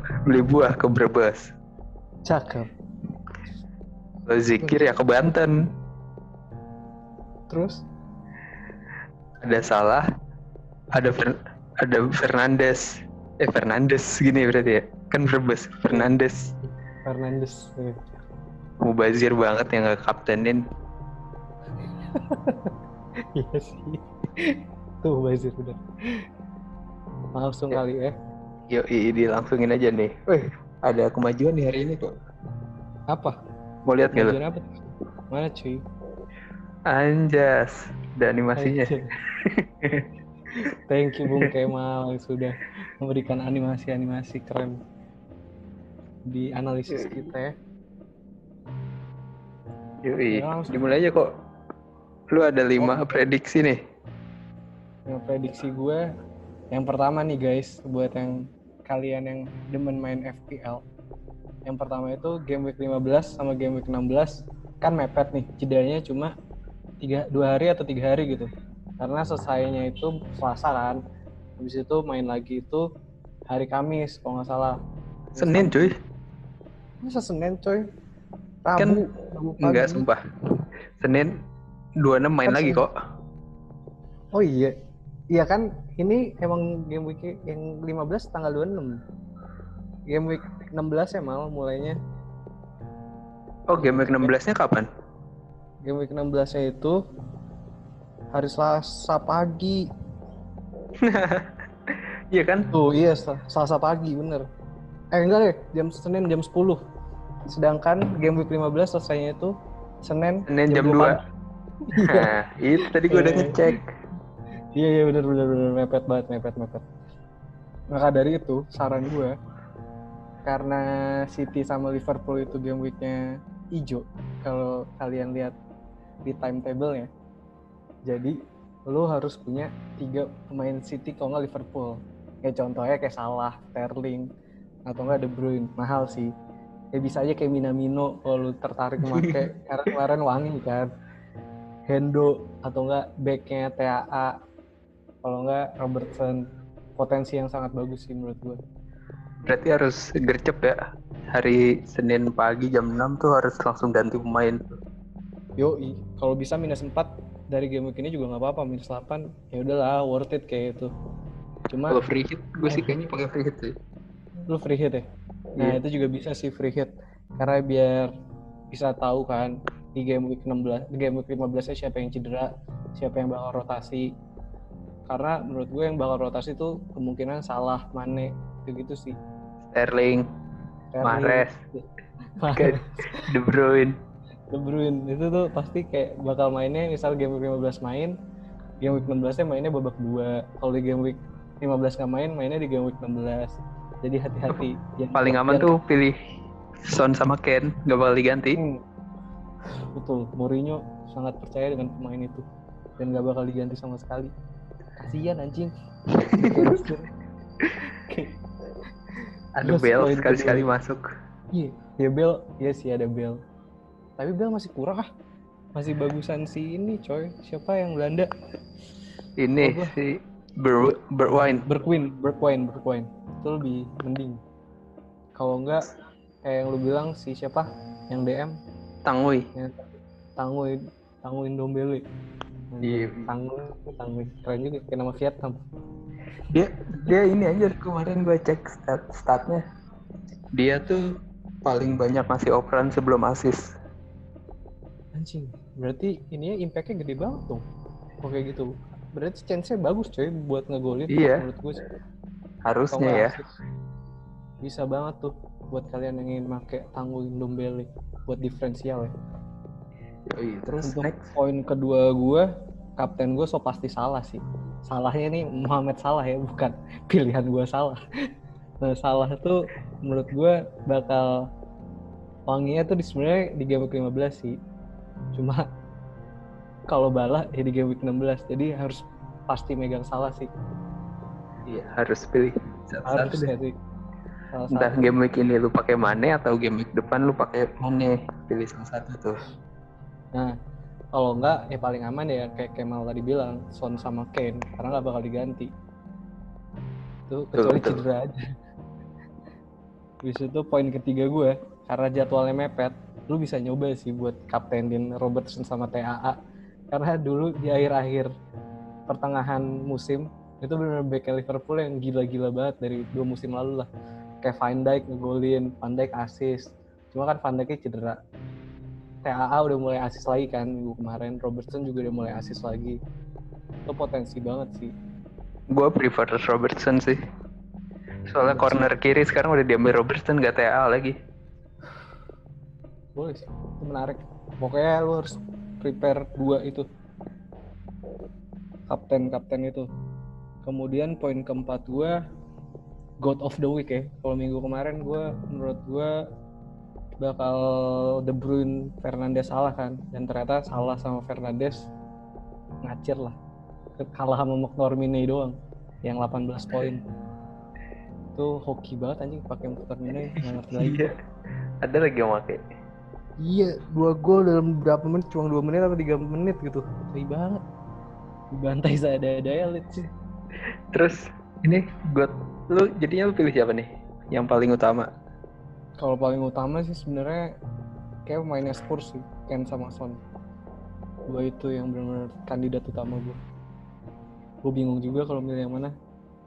beli buah ke Brebes. Cakep. Kalau zikir ya ke Banten. Terus? Ada Salah, ada Fernandes. Fernandes gini berarti ya. Kan Brebes, Fernandes. Fernandes. Mubazir banget yang gak kaptenin. Iya sih. Tuh Bazir bener. Langsung Ya. kali ya. Yoi, dilangsungin aja nih. Wih, ada kemajuan nih hari ini kok. Apa? Mau lihat gak lo? Kemajuan apa? Mana cuy? Anjas, ada animasinya. Thank you Bung Kemal yang sudah memberikan animasi-animasi keren di analisis kita ya. Yoi, Ya, langsung. dimulai aja kok. Lu ada 5 prediksi nih. Yang prediksi gue, yang pertama nih guys, buat yang kalian yang demen main FPL. Yang pertama itu game week 15 sama game week 16 kan mepet nih, jedanya cuma 2 hari atau 3 hari gitu. Karena selesainya itu Selasa kan. Habis itu main lagi itu hari Kamis kalau nggak salah. Senin cuy. Masa Senin coy? Rabu, Kan Rabu pagi. enggak sumpah. Senin 26 main Kan lagi Senin. kok. Oh iya. Iya kan ini emang game week yang 15 tanggal 26. Game week 16 ya malah mulainya. Oh, game week 16-nya kapan? Game week 16-nya itu hari Selasa pagi. Iya kan? Tuh iya Selasa pagi bener. Enggak deh, Senin jam 10. Sedangkan game week 15 selesainya itu Senin jam 2 pagi. Nah, itu tadi gue udah ngecek. Iya bener mepet banget. Maka dari itu saran gue, karena City sama Liverpool itu game weeknya hijau kalau kalian lihat di timetable-nya. Jadi lo harus punya 3 pemain City kalau nggak Liverpool. Kayak contohnya kayak Salah, Sterling, atau nggak De Bruyne. Mahal sih. Ya bisa aja kayak Minamino kalau lo tertarik memakai. Karena kemarin wangi kan. Hendo atau nggak backnya TAA. Kalau nggak Robertson. Potensi yang sangat bagus sih menurut gue. Berarti harus gercep ya. Hari Senin pagi jam 6 tuh harus langsung ganti pemain. Yoi, kalau bisa minus 4 dari game week ini juga nggak apa-apa, minus 8 ya udahlah, worth it kayak itu. Cuma kalau free hit gue sih kayaknya pakai free hit sih. lu free hit ya? Nah itu juga bisa sih free hit, karena biar bisa tahu kan di game week 16, di game week 15-nya siapa yang cedera, siapa yang bakal rotasi. Karena menurut gue yang bakal rotasi itu kemungkinan Salah, Mane, gitu sih. Sterling. Mahrez, De Bruyne. De Bruyne itu tuh pasti kayak bakal mainnya, misal game week 15 main, game week 16-nya mainnya babak 2. Kalau di game week 15 nggak main, mainnya di game week 16. Jadi hati-hati. Paling aman tuh pilih Son sama Kane, nggak bakal diganti. Betul, Mourinho sangat percaya dengan pemain itu dan nggak bakal diganti sama sekali. Kasian anjing. Ada Bale sekali-sekali masuk. Iya Bale, iya sih ada Bale. Tapi Bale masih kurang masih bagusan si ini coy. Siapa yang Belanda? Ini si Bergwijn. Itu lebih mending. Kalau enggak kayak yang lu bilang si siapa? Yang DM? Tanguy. Tanguy Ndombele. Iya. Tanguy. Keren juga kayak nama Vietnam. Dia ini aja kemarin gue cek statnya. Dia tuh paling banyak ngasih operan sebelum assist. Anjing, berarti ininya impact-nya gede banget dong. Kok kayak gitu. Berarti chance-nya bagus coy buat ngegolin. Iya. Menurut gue sih. Harusnya ya. Bisa banget tuh buat kalian yang ingin pakai Tanguy Ndombele buat diferensial ya. Terus untuk poin kedua gue, kapten gue so pasti Salah sih. Salahnya nih Mohamed Salah ya, bukan pilihan gue Salah. Nah Salah tuh menurut gue bakal wanginya tuh sebenarnya di game week 15 sih. Cuma kalau bala ya di game week 16. Jadi harus pasti megang Salah sih. Iya, harus pilih harus satu deh. Entah game week ini lu pakai Mane atau game week depan lu pakai Mane, pilih salah satu tuh. Nah, kalau enggak ya paling aman ya kayak Kemal tadi bilang, Son sama Kane, karena nggak bakal diganti. Itu kecuali cedera aja. Habis itu poin ketiga gue, karena jadwalnya mepet, lu bisa nyoba sih buat kaptenin Robertson sama TAA. Karena dulu di akhir-akhir pertengahan musim, itu benar-benar back Liverpool yang gila-gila banget dari 2 musim lalu lah. Kayak Van Dijk ngegolin, Van Dijk assist. Cuma kan Van Dijknya cedera. TAA udah mulai assist lagi kan minggu kemarin, Robertson juga udah mulai assist lagi. Itu potensi banget sih. Gue prefer Robertson sih. Soalnya corner kiri sekarang udah diambil Robertson, gak TA lagi. Boleh sih, itu menarik. Pokoknya lu harus prepare 2 itu. Kapten itu. Kemudian poin keempat gue, God of the Week ya. Kalau minggu kemarin menurut gue bakal De Bruyne, Fernandes salah kan. Dan ternyata salah sama Fernandes ngacir lah. Kalah sama McTominay doang. Yang 18 poin. Itu hoki banget anjing pakai McTominay, nggak ngerti lagi. Iya. Ada lagi yang pakai. Iya, 2 gol dalam berapa menit? Cuma 2 menit atau 3 menit gitu. Ngeri banget. Dibantai seadanya lihat sih. Terus ini lu jadinya lu pilih siapa nih? Yang paling utama? Kalau paling utama sih sebenarnya kayak pemainnya Spurs sih, Kane sama Son. 2 itu yang benar-benar kandidat utama gue. Gue bingung juga kalau milih yang mana.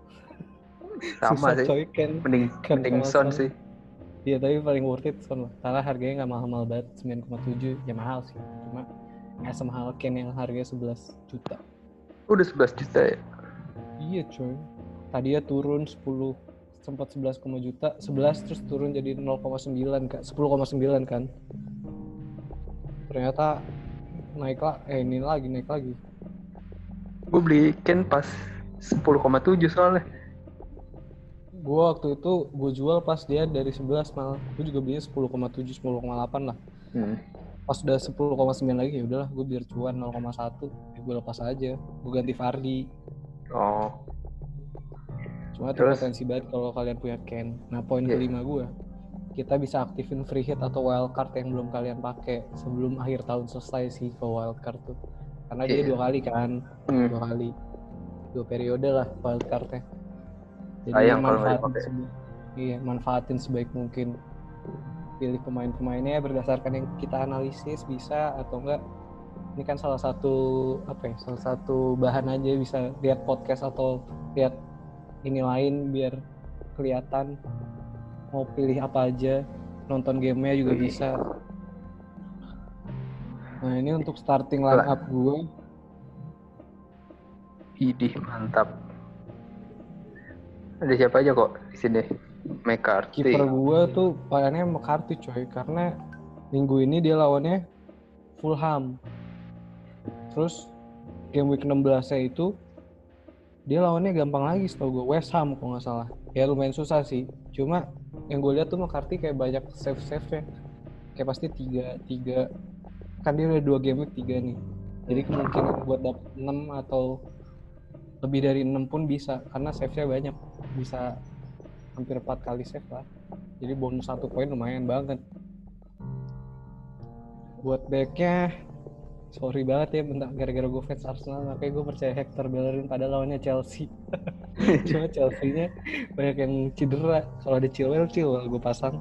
Sama susah sih. Coy, Mending Son sih. Iya, tapi paling worth it Son lah. Karena harganya nggak mahal-mahal banget, 9,7. Ya mahal sih. Cuma nggak semahal Kane yang harganya 11 juta. Udah 11 juta ya? Iya coy. Tadi ya turun 10, sempat 11 juta, 11 terus turun jadi 0,9 kan, 10,9 kan. Ternyata naik lagi. Gue beli Ken pas 10,7 soalnya. Gue waktu itu gue jual pas dia dari 11 malah. Gue juga belinya 10,7, 10,8 lah. Pas udah 10,9 lagi ya udahlah, gue biar cuan 0,1, gue lepas aja. Gue ganti Vardy. Oh. Cuma itu potensi banget kalau kalian punya Ken. Nah, poin kelima gue, kita bisa aktifin free hit atau wildcard yang belum kalian pakai sebelum akhir tahun selesai sih ke wildcard tuh. Karena dia 2 kali kan, 2 kali, 2 periode lah wildcardnya. Jadi manfaatin sebaik mungkin. Pilih pemain-pemainnya berdasarkan yang kita analisis bisa atau enggak. Ini kan salah satu bahan aja, bisa lihat podcast atau lihat ini lain biar kelihatan mau pilih apa aja, nonton gamenya juga bisa. Nah, ini untuk starting line up gue. Idih, mantap. Ada siapa aja kok di sini? McCarthy. Kiper gue tuh pilihannya McCarthy coy, karena minggu ini dia lawannya Fulham. Terus game week 16-nya itu dia lawannya gampang lagi setahu gue, West Ham kalau nggak salah. Ya lumayan susah sih. Cuma yang gue lihat tuh McCarthy kayak banyak save-nya. Kayak pasti 3 kan dia udah 2 game week 3 nih. Jadi kemungkinan buat dapet 6 atau lebih dari 6 pun bisa karena save-nya banyak. Bisa hampir 4 kali save lah. Jadi bonus 1 poin lumayan banget. Buat back-nya sorry banget ya, bentar gara-gara gue fans Arsenal makanya gue percaya Hector Bellerin pada lawannya Chelsea. Cuma Chelsea-nya banyak yang cedera. Kalau ada Chilwell gue pasang.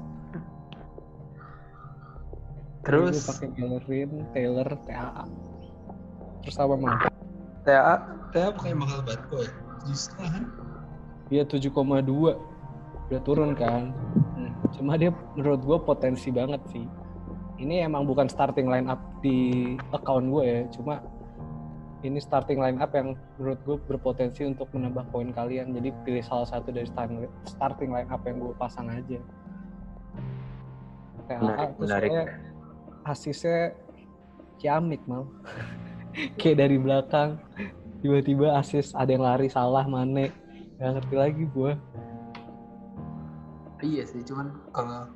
Terus gue pakai Bellerin, Taylor, TAA. Terus apa mah? TAA pakai mahal banget kok ya. Justru kan? Dia 7,2 udah turun kan. Cuma dia menurut gue potensi banget sih. Ini emang bukan starting line up di account gue ya, cuma ini starting line up yang menurut gue berpotensi untuk menambah poin kalian. Jadi pilih salah satu dari starting line up yang gue pasang aja. TAA tuh soalnya asisnya ciamik mal. Kayak dari belakang tiba-tiba asis, ada yang lari salah Mane, nggak ngerti lagi gue. Iya sih, cuman kalau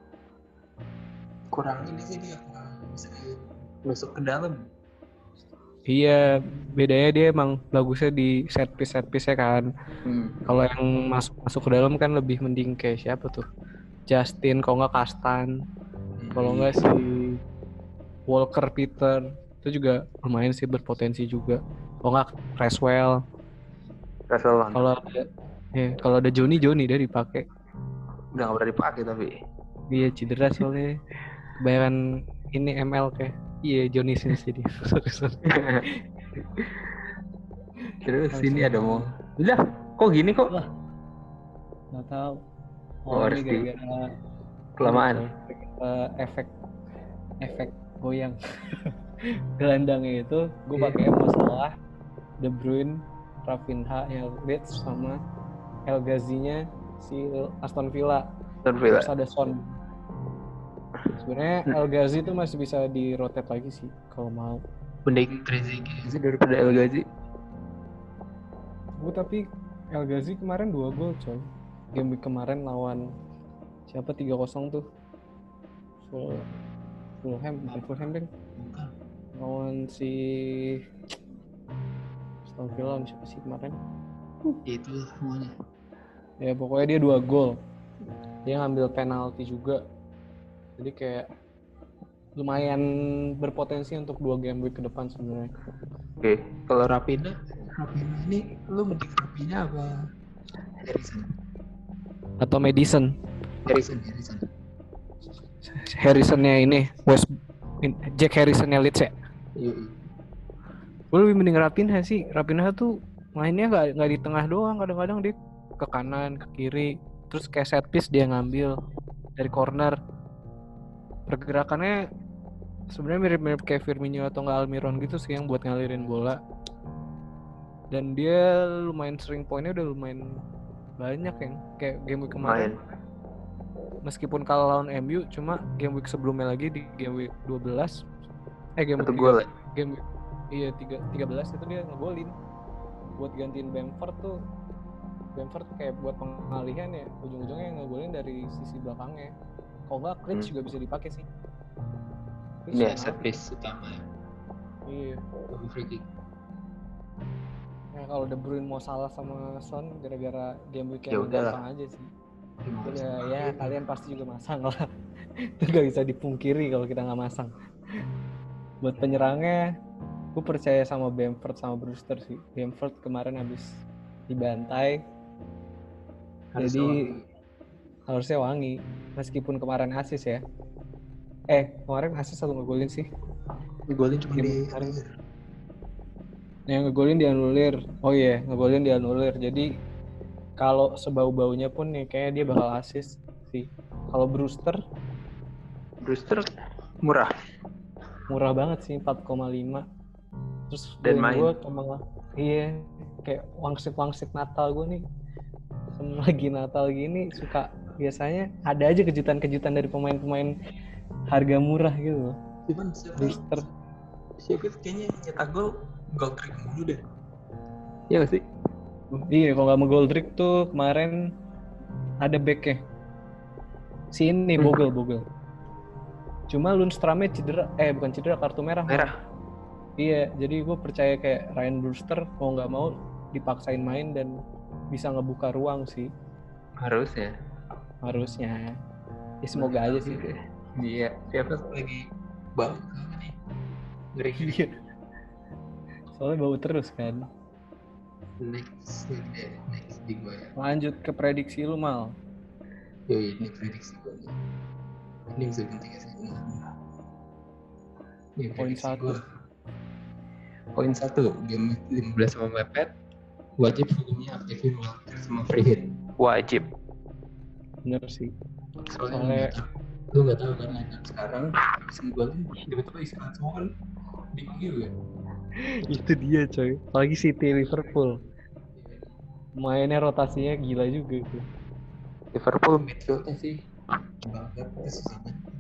kurang ini sih dia bisa masuk ke dalam. Iya, bedanya dia emang bagusnya di set piece-nya kan. Kalau yang masuk ke dalam kan lebih mending kayak siapa tuh? Justin, kalau nggak Kastan, kalau nggak si Walker Peter, itu juga lumayan sih, berpotensi juga. Kalau nggak Creswell. Kalau ada Johnny dia dipakai. Udah nggak pernah dipakai tapi. Dia cedera soalnya. Kebayaran ini ML kayak. Iya, Johnny Sins jadi. Sorry. Terus Langsung. ini ada mau. Udah, kok gini kok? Wah, nggak tahu. Oh, Ini harus gara-gara kelamaan. ini, efek goyang gelandangnya itu gue pakai masalah De Bruyne, Rafinha, Elbridge sama El Ghazi-nya si Aston Villa. Terus ada Son. Sebenarnya El Ghazi itu masih bisa di-rotate lagi sih kalau mau. Mending Trezeguet sih daripada El Ghazi. Gue tapi El Ghazi kemarin 2 gol coy. Game week kemarin lawan siapa 3-0 tuh. Fulham deh. Lawan si Aston Villa siapa sih kemarin? Itu semuanya. Ya pokoknya dia 2 gol. Dia ngambil penalti juga. Jadi kayak lumayan berpotensi untuk 2 game week ke depan sebenarnya. Oke, kalau Rapina ini lu mending Rapina apa Harrison? Atau Madison? Harrisonnya ini Jack Harrisonnya Leeds ya? Iya. Gue lebih mending Rapinha sih. Rapinha tuh mainnya nggak di tengah doang, kadang-kadang dia ke kanan, ke kiri, terus kayak set piece dia ngambil dari corner. Pergerakannya sebenarnya mirip-mirip kayak Firmino atau nggak Almiron gitu sih yang buat ngalirin bola. Dan dia lumayan sering poinnya udah lumayan banyak yang kayak game week kemarin. Meskipun kalah lawan MU, cuma game week sebelumnya lagi di game week 12 game week 3, game week 13 itu dia ngegolin buat gantiin Bamford tuh. Bamford kayak buat pengalihan ya, ujung-ujungnya ngegolin dari sisi belakangnya. Kalau nggak Crouch juga bisa dipakai sih. Iya, set piece utama ya. Iya. Free kick. Nah, kalau De Bruyne mau salah sama Son gara-gara game week yang gampang aja sih. Ya kalian pasti juga masang lah. Itu gak bisa dipungkiri kalau kita nggak masang. Buat penyerangnya, gue percaya sama Bamford sama Brewster sih. Bamford kemarin habis dibantai, jadi harusnya wangi. Meskipun kemarin asis ya. Kemarin asis atau ngegolin sih? Ngegolin cuma di yang ngegolin dianulir. Oh iya, ngegolin dianulir. Jadi kalau sebau-baunya pun nih kayaknya dia bakal asis sih. Kalau Brewster murah banget sih, 4,5. Terus dan main gue iya kayak wangsit Natal gue nih. Lagi Natal gini suka biasanya ada aja kejutan-kejutan dari pemain-pemain harga murah gitu loh. Cuman Brewster siapa kayaknya nyetak gol trick mulu deh. Iya gak sih? Iya, kalau nggak mau goal trick tuh kemarin ada backnya. Si ini Bogle. Cuma Lundstramnya bukan cedera, kartu merah. Iya, jadi gue percaya kayak Ryan Brewster mau nggak mau dipaksain main dan bisa ngebuka ruang sih. Harusnya. Ya semoga aja sih. Iya, siapa lagi bau nih? Ngeri. Iya. Soalnya bau terus kan. Next di gue ya. Lanjut ke prediksi lu, Mal. Ini prediksi gue. Ini bisa penting ya sih. Poin 1 game 15 sama mepet wajib hukumnya aktifin Walker sama free hit. Wajib. Bener sih. Soalnya lu nggak tahu kan line up sekarang habis ngegolin tiba-tiba istirahat semua kan dipanggil ya. Itu dia coy. Apalagi City Liverpool. Mainnya rotasinya gila juga tuh. Liverpool midfieldnya sih banget sih.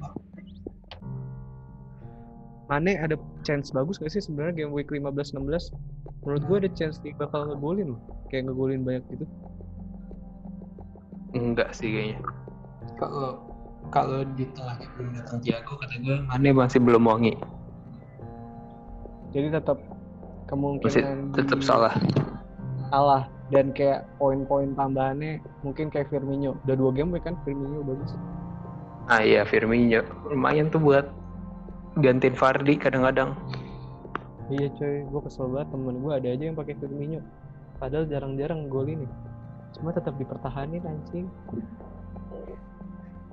Mane ada chance bagus gak sih sebenarnya game week 15-16? Menurut gue ada chance dia bakal ngegolin loh. Kayak ngegolin banyak gitu. Enggak sih kayaknya. Kalau di tengahnya belum datang Thiago, kata gue Mane masih belum wangi. Jadi tetap kemungkinan tetap salah. Dan kayak poin-poin tambahannya mungkin kayak Firmino. Udah 2 game week kan Firmino bagus. Iya Firmino lumayan tuh buat gantiin Vardy kadang-kadang. Iya coy, gue kesel banget temen gue ada aja yang pakai Firmino. Padahal jarang-jarang gol ini. Cuma tetap dipertahanin anjing.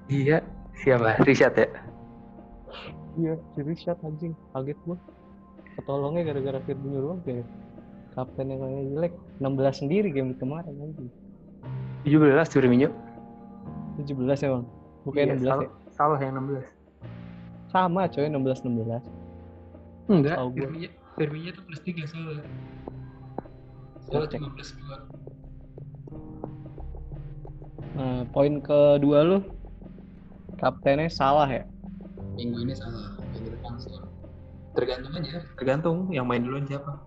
Iya, siapa? Rishad ya? Iya, si Rishad anjing. Kaget gua. Ketolongnya gara-gara Firmino doang kayak. Kapten yang kayak jelek. 16 sendiri game kemarin anjing. 17 Firmino. 17 ya bang? Bukannya Iya, 16 ya? salah yang 16. Sama coy, 16-16. Enggak, Tahu gua. Firmino tuh plus 3 salah. Salah Oke. cuma plus 2. Nah, poin kedua lu, kaptennya salah ya? Minggu ini salah, minggu depan salah. Tergantung aja, tergantung yang main duluan siapa.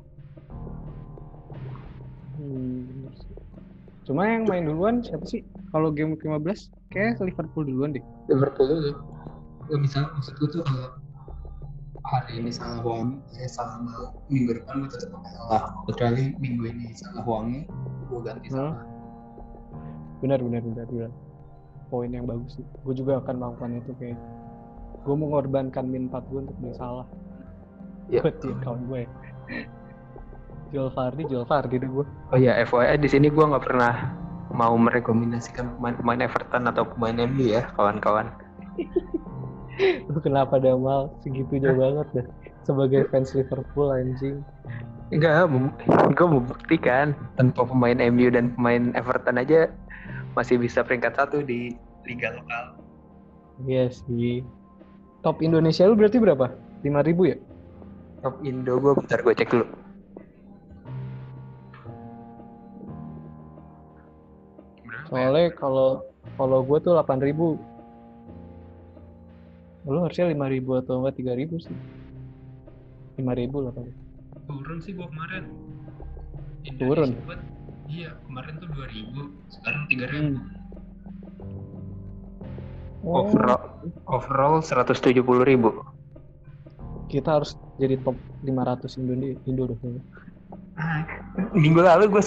Bener sih. Cuma yang main duluan siapa sih? Kalau game 15 kayak Liverpool duluan deh. Liverpool dulu. Gak bisa, maksudku tuh kalau hari ini salah Huang, salah mau minggu depan gue tetap pakai salah. Kecuali minggu ini salah Huangnya, gue ganti salah. Benar. Poin yang bagus sih. Gue juga akan melakukan itu kayak. Gue mengorbankan min 4 gue untuk beli salah. Ya. Buat di account gue. Jual Vardy deh gue. Oh iya, FYI di sini gue nggak pernah mau merekomendasikan pemain Everton atau pemain MU ya, kawan-kawan. Lu kenapa ada mal segitunya banget deh sebagai fans Liverpool anjing. Enggak, gue membuktikan tanpa pemain MU dan pemain Everton aja masih bisa peringkat 1 di liga lokal. Iya sih. Top Indonesia lu berarti berapa? 5.000 ya? Top Indo gue bentar gue cek dulu. Soalnya kalau gue tuh 8.000. Lu harusnya 5.000 atau enggak 3.000 sih. 5.000 lah paling. Turun sih gue kemarin. Turun? Iya, kemarin tuh 2.000, sekarang 3.000. Overall 170.000. Kita harus jadi top 500 Indo deh. Minggu lalu gue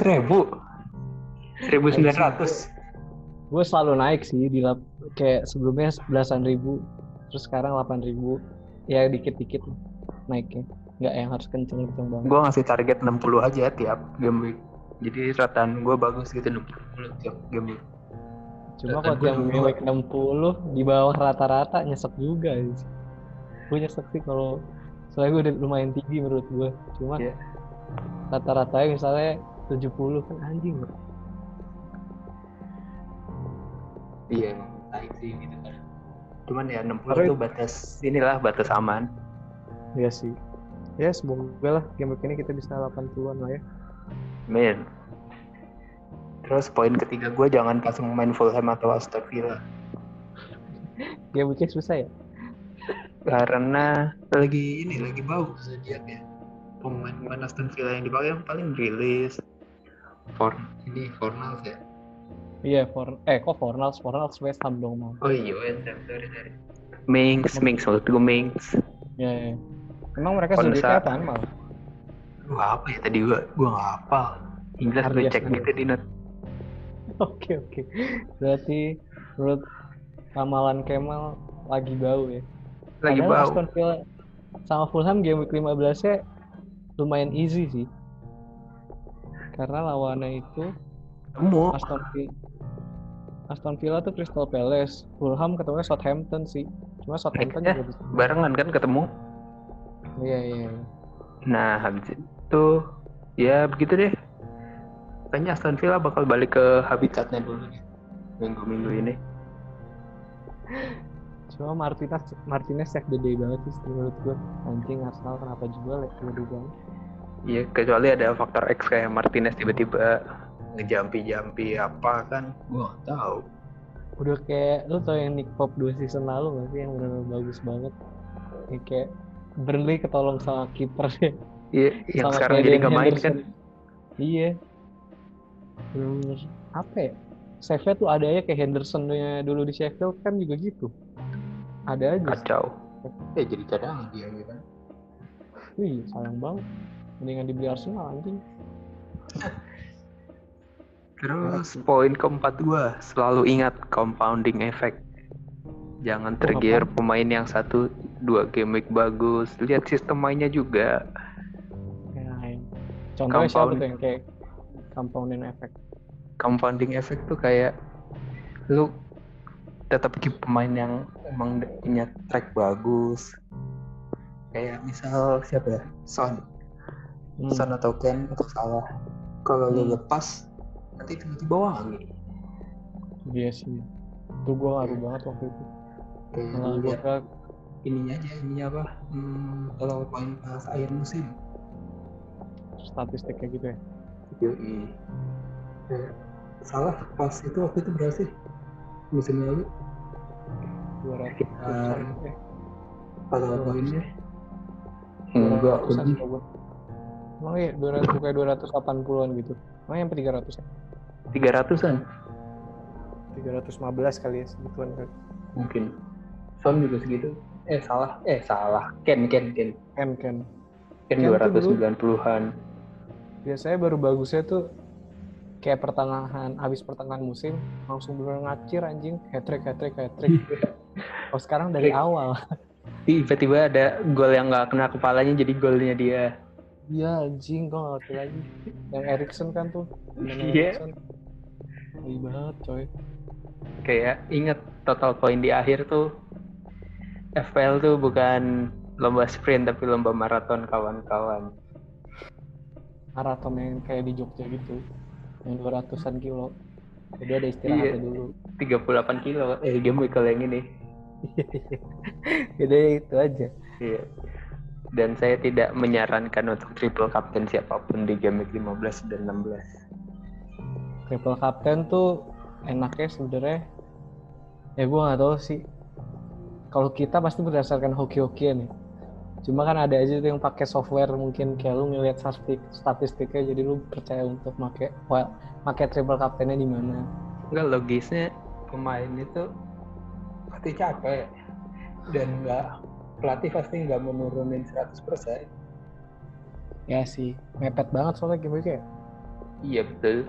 1.900. Gue selalu naik sih kayak sebelumnya 11.000, terus sekarang 8.000. Ya dikit-dikit naiknya. Nggak yang harus kenceng banget. Gue ngasih target 60 aja tiap game week. Jadi rataan gue bagus gitu 60 tiap game week. Cuma kalau tiap game week 60 di bawah rata-rata nyesek juga sih. Gue nyesek sih kalau soalnya gue udah lumayan tinggi menurut gue. Cuma rata-ratanya misalnya 70 kan anjing. Iya, naik sih gitu kan. Cuman ya 60 itu batas aman. Iya sih. Ya semoga lah game ini kita bisa 80-an lah ya. Amin. Terus poin ketiga gue jangan pasang main Fulham atau Aston Villa. Game weeknya susah ya? Karena lagi bau saja ya. Pemain Aston Villa yang dipakai yang paling rilis. Fornals ya. Iya, kok Fornals West Ham dong mau. Oh iya, West Ham, sorry. Mings maksud gue Mings. Ya. Emang mereka sudutnya apaan mal? Wah, apa ya tadi gue nggak hafal. Inggris gue cek gitu di note. Oke. Berarti menurut ramalan Kemal lagi bau ya. Lagi bau. Aston Villa sama Fulham game week 15-nya lumayan easy sih. Karena lawannya itu Aston Villa tuh Crystal Palace, Fulham ketemunya Southampton sih. Cuma Southampton juga bisa. Barengan kan ketemu? Iya. Nah, habis itu ya begitu deh. Kayaknya Aston Villa bakal balik ke habitatnya dulu nih minggu-minggu ini. Cuma Martinez save the day banget sih menurut gue. Anjing Arsenal kenapa juga gede banget. Iya, kecuali ada faktor X kayak Martinez tiba-tiba ngejampi apa kan, gue nggak tahu. Udah kayak lu tau yang Nick Pope 2 season lalu nggak sih yang benar-benar bagus banget. Kayak Burnley ketolong sama kipernya. Iya, yang sama sekarang jadi nggak main kan? Iya. Bener apa ya? Save-nya tuh ada ya kayak Henderson-nya dulu di Sheffield kan juga gitu. Ada aja. Kacau. Jadi cadangan dia gitu kan. Wih, sayang banget. Mendingan dibeli Arsenal anjing. Terus poin keempat gue selalu ingat compounding effect. Jangan tergiur pemain yang 1-2 game week bagus. Lihat sistem mainnya juga. Ya. Contohnya siapa tuh yang kayak compounding effect? Compounding effect tuh kayak lu tetap keep pemain yang emang punya track bagus. Kayak misal siapa ya? Son atau Ken untuk Salah. Kalau lu lepas nanti tiba-tiba wangi. Iya sih. Itu gue ngaruh banget waktu itu. Kayak Malah gue ininya apa? Kalau poin pas akhir musim. Statistiknya gitu ya. Yoi. Salah pas itu waktu itu berapa sih? Musim lalu 200 kalau poinnya enggak lebih. Emang ya 200 bukan 280-an gitu. Emang yang 300 ya? 300-an 315 kali ya segituan kan. mungkin. Son juga segitu. Salah. Ken 290-an. Biasanya baru bagusnya tuh kayak habis pertengahan musim langsung bener ngacir anjing, hat-trick. Oh sekarang dari awal. Tiba-tiba ada gol yang nggak kena kepalanya jadi golnya dia. Iya anjing, gue nggak ngerti lagi. Yang Erikson kan tuh. Iya. Geli banget coy. Kayak inget total poin di akhir tuh FPL tuh bukan lomba sprint tapi lomba maraton kawan-kawan. Maraton yang kayak di Jogja gitu, yang 200-an kilo. Jadi ada istirahatnya dulu. 38 kilo game week kalau yang ini. Jadi itu aja. Iya. Dan saya tidak menyarankan untuk triple captain siapapun di game week 15 dan 16. Triple captain tuh enaknya sebenarnya ya gue nggak tahu sih. Kalau kita pasti berdasarkan hoki-hokian ya. Cuma kan ada aja tuh yang pakai software mungkin kayak lu ngeliat statistiknya jadi lu percaya untuk pakai triple captainnya di mana. Enggak, logisnya pemain itu pasti capek dan pelatih pasti nggak menurunin 100%. Ya sih, mepet banget soalnya game kayak. Iya betul.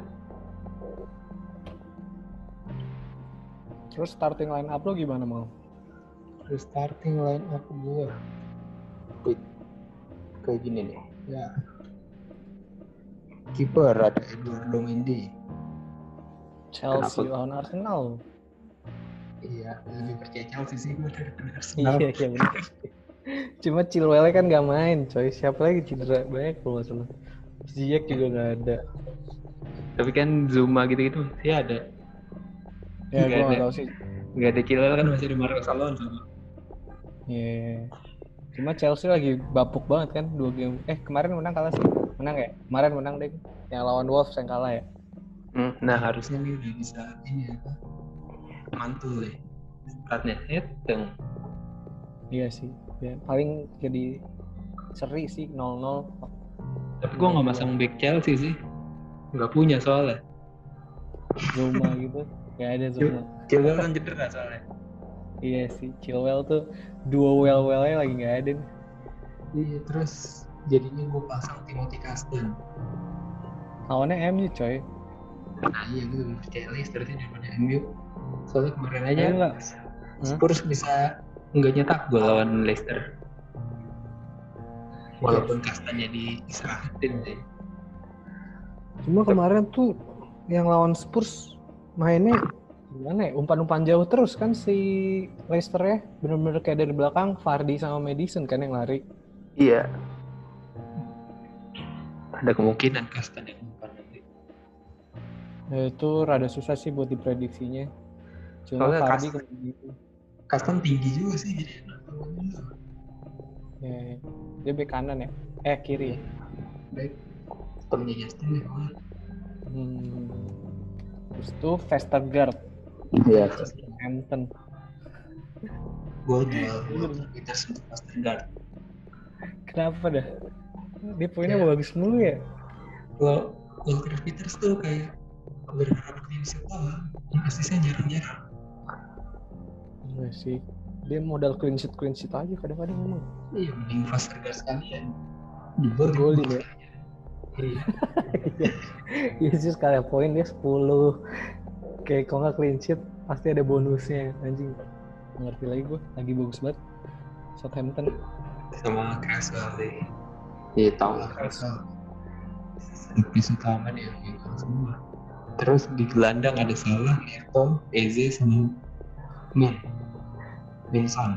Terus starting line up lo gimana mau? Terus starting line up gue kayak gini nih. Ya. Kiper ada Eduardo Mendy. Chelsea lawan Arsenal. Iya, lebih percaya Chelsea sih gue daripada Arsenal. Iya benar. Cuma Chilwell kan nggak main, coy. Siapa lagi cedera banyak kalau nggak salah. Ziyech juga nggak ada. Tapi kan Zuma gitu-gitu sih ada. Ya gue nggak tahu sih. Nggak ada Chilwell kan masih ada Marcos Alonso. Iya. Cuma Chelsea lagi bapuk banget kan 2 game. Kemarin menang kalah sih. Menang ya? Kemarin menang deh. Yang lawan Wolves yang kalah ya. Nah harusnya nih udah bisa ini ya. Mantul deh. Startnya hitung. Iya sih. Ya, paling jadi seri sih 0-0. Tapi gue nggak masang back Chelsea sih. Nggak punya soalnya. Zuma gitu. Gak ada Zuma. Chilwell kan cedera soalnya. Iya sih, Chilwell tuh duo well-nya lagi nggak ada. Iya, terus jadinya gue pasang Timothy Castagne. Lawannya MU coy. Nah iya, gue lebih percaya Leicester sih daripada MU. Soalnya kemarin aja Spurs bisa nggak nyetak gol lawan Leicester. Walaupun Castagne diserahin sih. Cuma kemarin tuh yang lawan Spurs mainnya gimana ya, umpan-umpan jauh terus kan si Leicester ya, bener-bener kayak dari belakang Vardy sama Maddison kan yang lari. Iya. Ada kemungkinan Castagne yang umpan nanti. Ya, itu rada susah sih buat diprediksinya. Cuma Vardy Castagne tinggi juga sih jadi enak. Ya, dia bek kanan ya? Kiri. Baik. Temennya Justin ya. Terus tuh Vestergaard. Iya. Hampton. Gue jual kita untuk Vestergaard. Kenapa dah? Dia poinnya bagus mulu ya. Kalau Walker Peters tuh kayak berharap clean sheet doang, asisnya jarang-jarang. Iya sih. Dia modal clean sheet aja kadang-kadang emang. Iya, mending Vestergaard sekalian. Golin ya. Iya sih, sekali poin dia 10. Kayak kalau nggak clean sheet pasti ada bonusnya anjing. Ngerti lagi gue, lagi bagus banget. Southampton sama Castle deh. Iya tahu lah Castle. Lebih utama dia yang semua. Terus di gelandang ada Salah, Everton, Eze sama Min. Minson.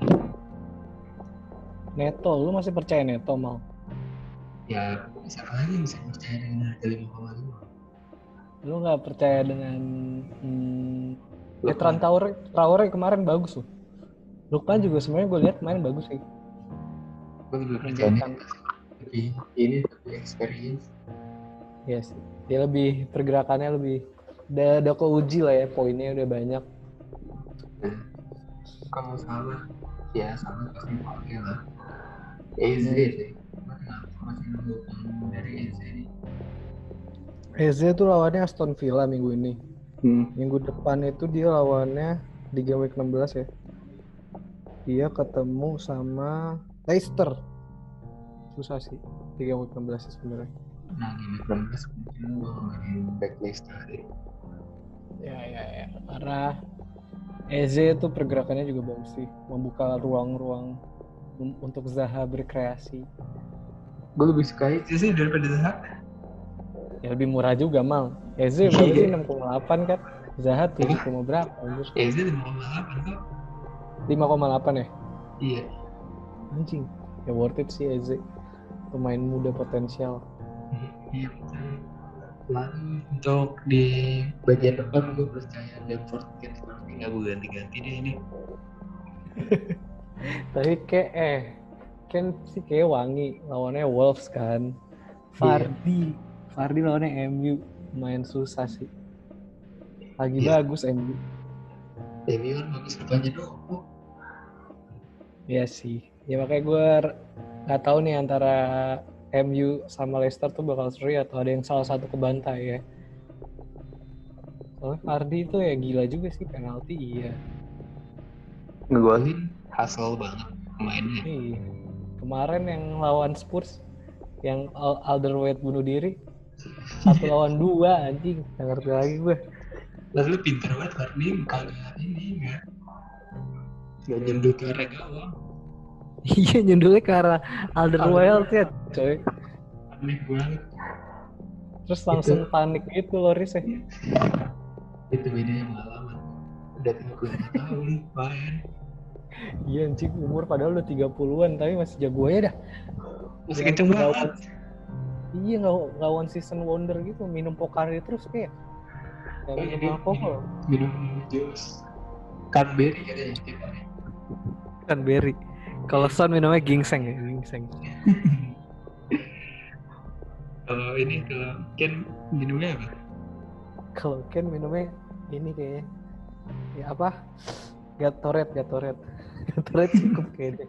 Neto, lu masih percaya Neto mau? Ya siapa lagi yang bisa percaya dengan harga 5,5? Lu nggak percaya dengan Bertrand Traore kemarin bagus loh. Lukman juga sebenarnya gue lihat main bagus sih. Gue lebih percaya lebih experience. Yes, dia lebih pergerakannya lebih udah keuji lah ya, poinnya udah banyak. Nah, kalau salah ya salah pasti pakai lah. Eze sih, masih nunggu dari Eze nih. Eze tuh lawannya Aston Villa minggu ini. Minggu depan itu dia lawannya di game week 16 ya. Dia ketemu sama Leicester. Susah sih di game week 16 sebenarnya. Nah, game 16 mungkin gue main backlist tadi. Ya. Karena Eze itu pergerakannya juga bagus sih, membuka ruang-ruang untuk Zaha berkreasi. Gue lebih suka Eze sih daripada Zaha. Ya lebih murah juga mal. Eze berapa sih 6,8 kan? Zaha 7, berapa? Eze 5,8 kok. 5,8 ya? Iya. Anjing. Ya worth it sih Eze. Pemain muda potensial. Iya betul. Lalu untuk di bagian depan gue percaya Brentford seperti nggak gue ganti-ganti deh ini. Tapi kan sih kayak wangi lawannya Wolves kan. Vardy lawannya MU lumayan susah sih. Lagi bagus MU. MU kan bagus depannya doang. Iya sih. Ya makanya gue nggak tahu nih antara MU sama Leicester tuh bakal seri atau ada yang salah satu kebantai ya. Soalnya Vardy itu ya gila juga sih, penalti iya. Ngegolin hasil banget mainnya. Iya. Kemarin yang lawan Spurs yang Alderweireld bunuh diri 1 lawan 2 anjing, nggak ngerti lagi gue. Lalu pinter banget Vardy kagak ini nggak nyundul ke arah gawang. Iya nyundulnya ke arah Alderweireld ya coy. Aneh banget. Terus langsung panik gitu Loris ya. Itu bedanya pengalaman. Udah 35 tahun main. Iya anjing, umur padahal udah 30-an tapi masih jago aja dah. Masih kenceng banget. Iya nggak one season wonder gitu, minum Pocari terus kayak nggak minum alkohol. Minum jus Canberry katanya tiap hari. Canberry. Kalau Son minumnya ginseng ya, ginseng. Kalau Ken minumnya apa? Kalau Ken minumnya ini kayaknya ya apa? Gatorade. Gatorade cukup kayaknya.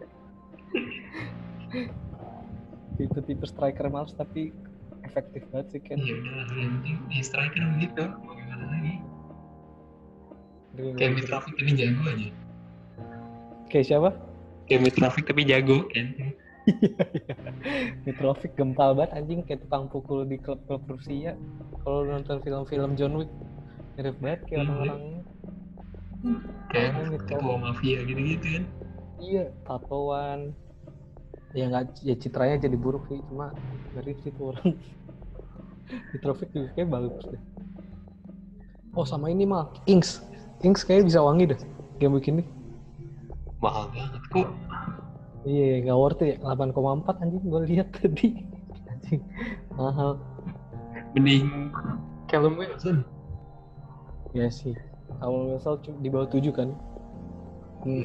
Tipe striker males tapi efektif banget sih Ken. Iya benar, di striker begitu. Mau gimana lagi? Kayak Mitrovic tapi jago aja. Kayak siapa? Kayak Mitrovic tapi jago kan. Mitrovic gempal banget anjing, kayak tukang pukul di klub-klub Rusia. Kalau nonton film-film John Wick mirip banget kayak orang-orang kayak ketua mafia gitu-gitu kan. Iya, tatoan. Ya citranya jadi buruk sih, cuma ngeri sih tuh orang. Mitrovic juga kayak bagus deh. Oh sama ini mah Ings kayak bisa wangi deh game week ini. Mahal banget kok. Iya, nggak worth it ya. 8,4 anjing gue lihat tadi. Anjing mahal. Mending Callum Wilson. Ya sih. Kalau Wilson di bawah 7 kan. 6,8.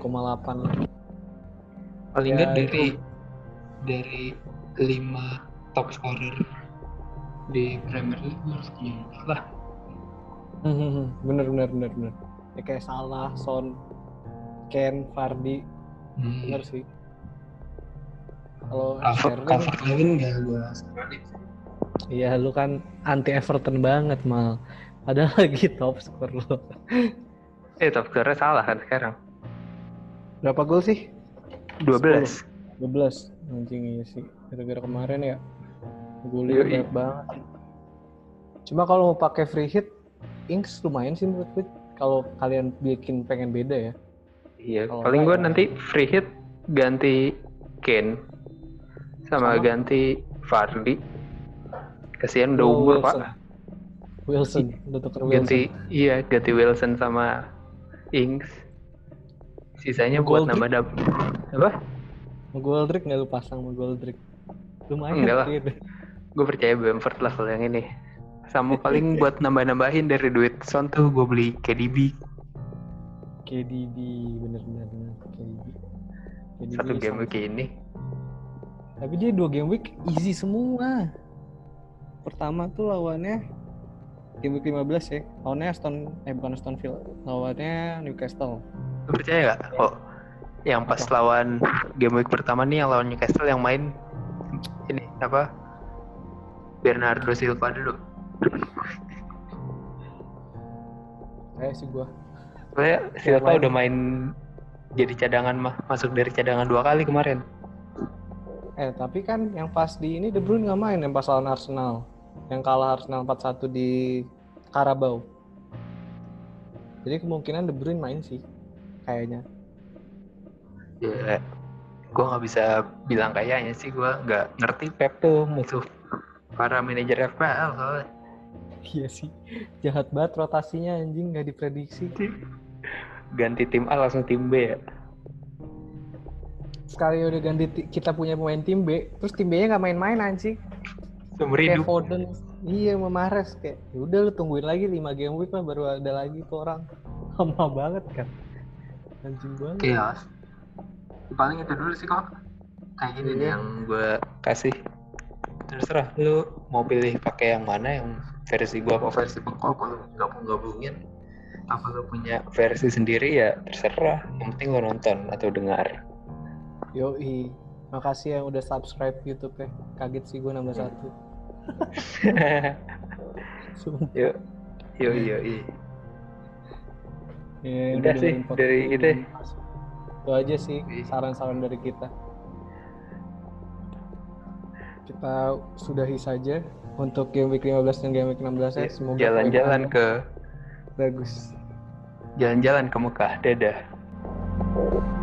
Paling nggak dari 5 top scorer di Premier League harus punya 4 lah. Bener. Ya kayak Salah, Son, Ken, Vardy. Bener sih. Kalau Calvert Lewin nggak gue saranin. Iya, lu kan anti Everton banget mal. Padahal lagi top skor lo. Top skornya salah kan sekarang. Berapa gol sih? 12. 12. Anjing iya sih. Gara-gara kemarin ya. Golnya banyak banget. Cuma kalau mau pakai free hit, Ings lumayan sih menurut gue. Kalau kalian pengen beda ya. Iya, paling gue nanti free hit ganti Kane sama ganti Vardy. Kasihan udah umur Pak. Wilson, udah tuker Wilson. Ganti Wilson sama Ings. Sisanya buat Goldrick. nambah apa? Mau Goldrick nggak lu pasang mau Goldrick? Lumayan Enggak lah. gitu. Gue percaya Bamford lah kalau yang ini. Sama paling buat nambah-nambahin dari duit Son tuh gue beli KDB. KDB bener-bener KDB. Satu game week ini. Tapi dia 2 game week easy semua. Pertama tuh lawannya game week 15 ya. Lawannya bukan Aston Villa. Lawannya Newcastle. Lu percaya gak? Oh, yang pas lawan game week pertama nih yang lawan Newcastle yang main ini apa? Bernardo Silva dulu. Kayak sih gua. Soalnya Silva udah main jadi cadangan masuk dari cadangan 2 kali kemarin. Tapi kan yang pas di ini De Bruyne nggak main yang pas lawan Arsenal. Yang kalah Arsenal 4-1 di Carabao. Jadi kemungkinan De Bruyne main sih. Kayaknya. Ya, gue nggak bisa bilang kayaknya sih, gue nggak ngerti Pep tuh musuh para manajer FPL soalnya. Iya sih, jahat banget rotasinya anjing, nggak diprediksi. Ganti tim A langsung tim B ya. Sekali udah ganti kita punya pemain tim B, terus tim B-nya nggak main-main anjing. Seumur Kayak hidup. Foden, iya sama Mahrez kayak, udah lu tungguin lagi 5 game week lah baru ada lagi tuh orang. Lama banget kan, anjing banget. Iya. Paling itu dulu sih kok. Kayak gini nih yang gue kasih. Terserah lu mau pilih pakai yang mana, yang versi gue apa versi pengkol, kalau gabung-gabungin apa lu punya versi sendiri ya terserah, yang penting lu nonton atau dengar. Yoi, makasih yang udah subscribe YouTube ya, kaget sih gue nambah 1. Yuk. Ya, udah sih dari kita. Itu aja sih saran-saran dari kita. Kita sudahi saja untuk game week 15 dan game week 16 ya. Semoga jalan-jalan ke bagus. Jalan-jalan ke Mekah. Dadah.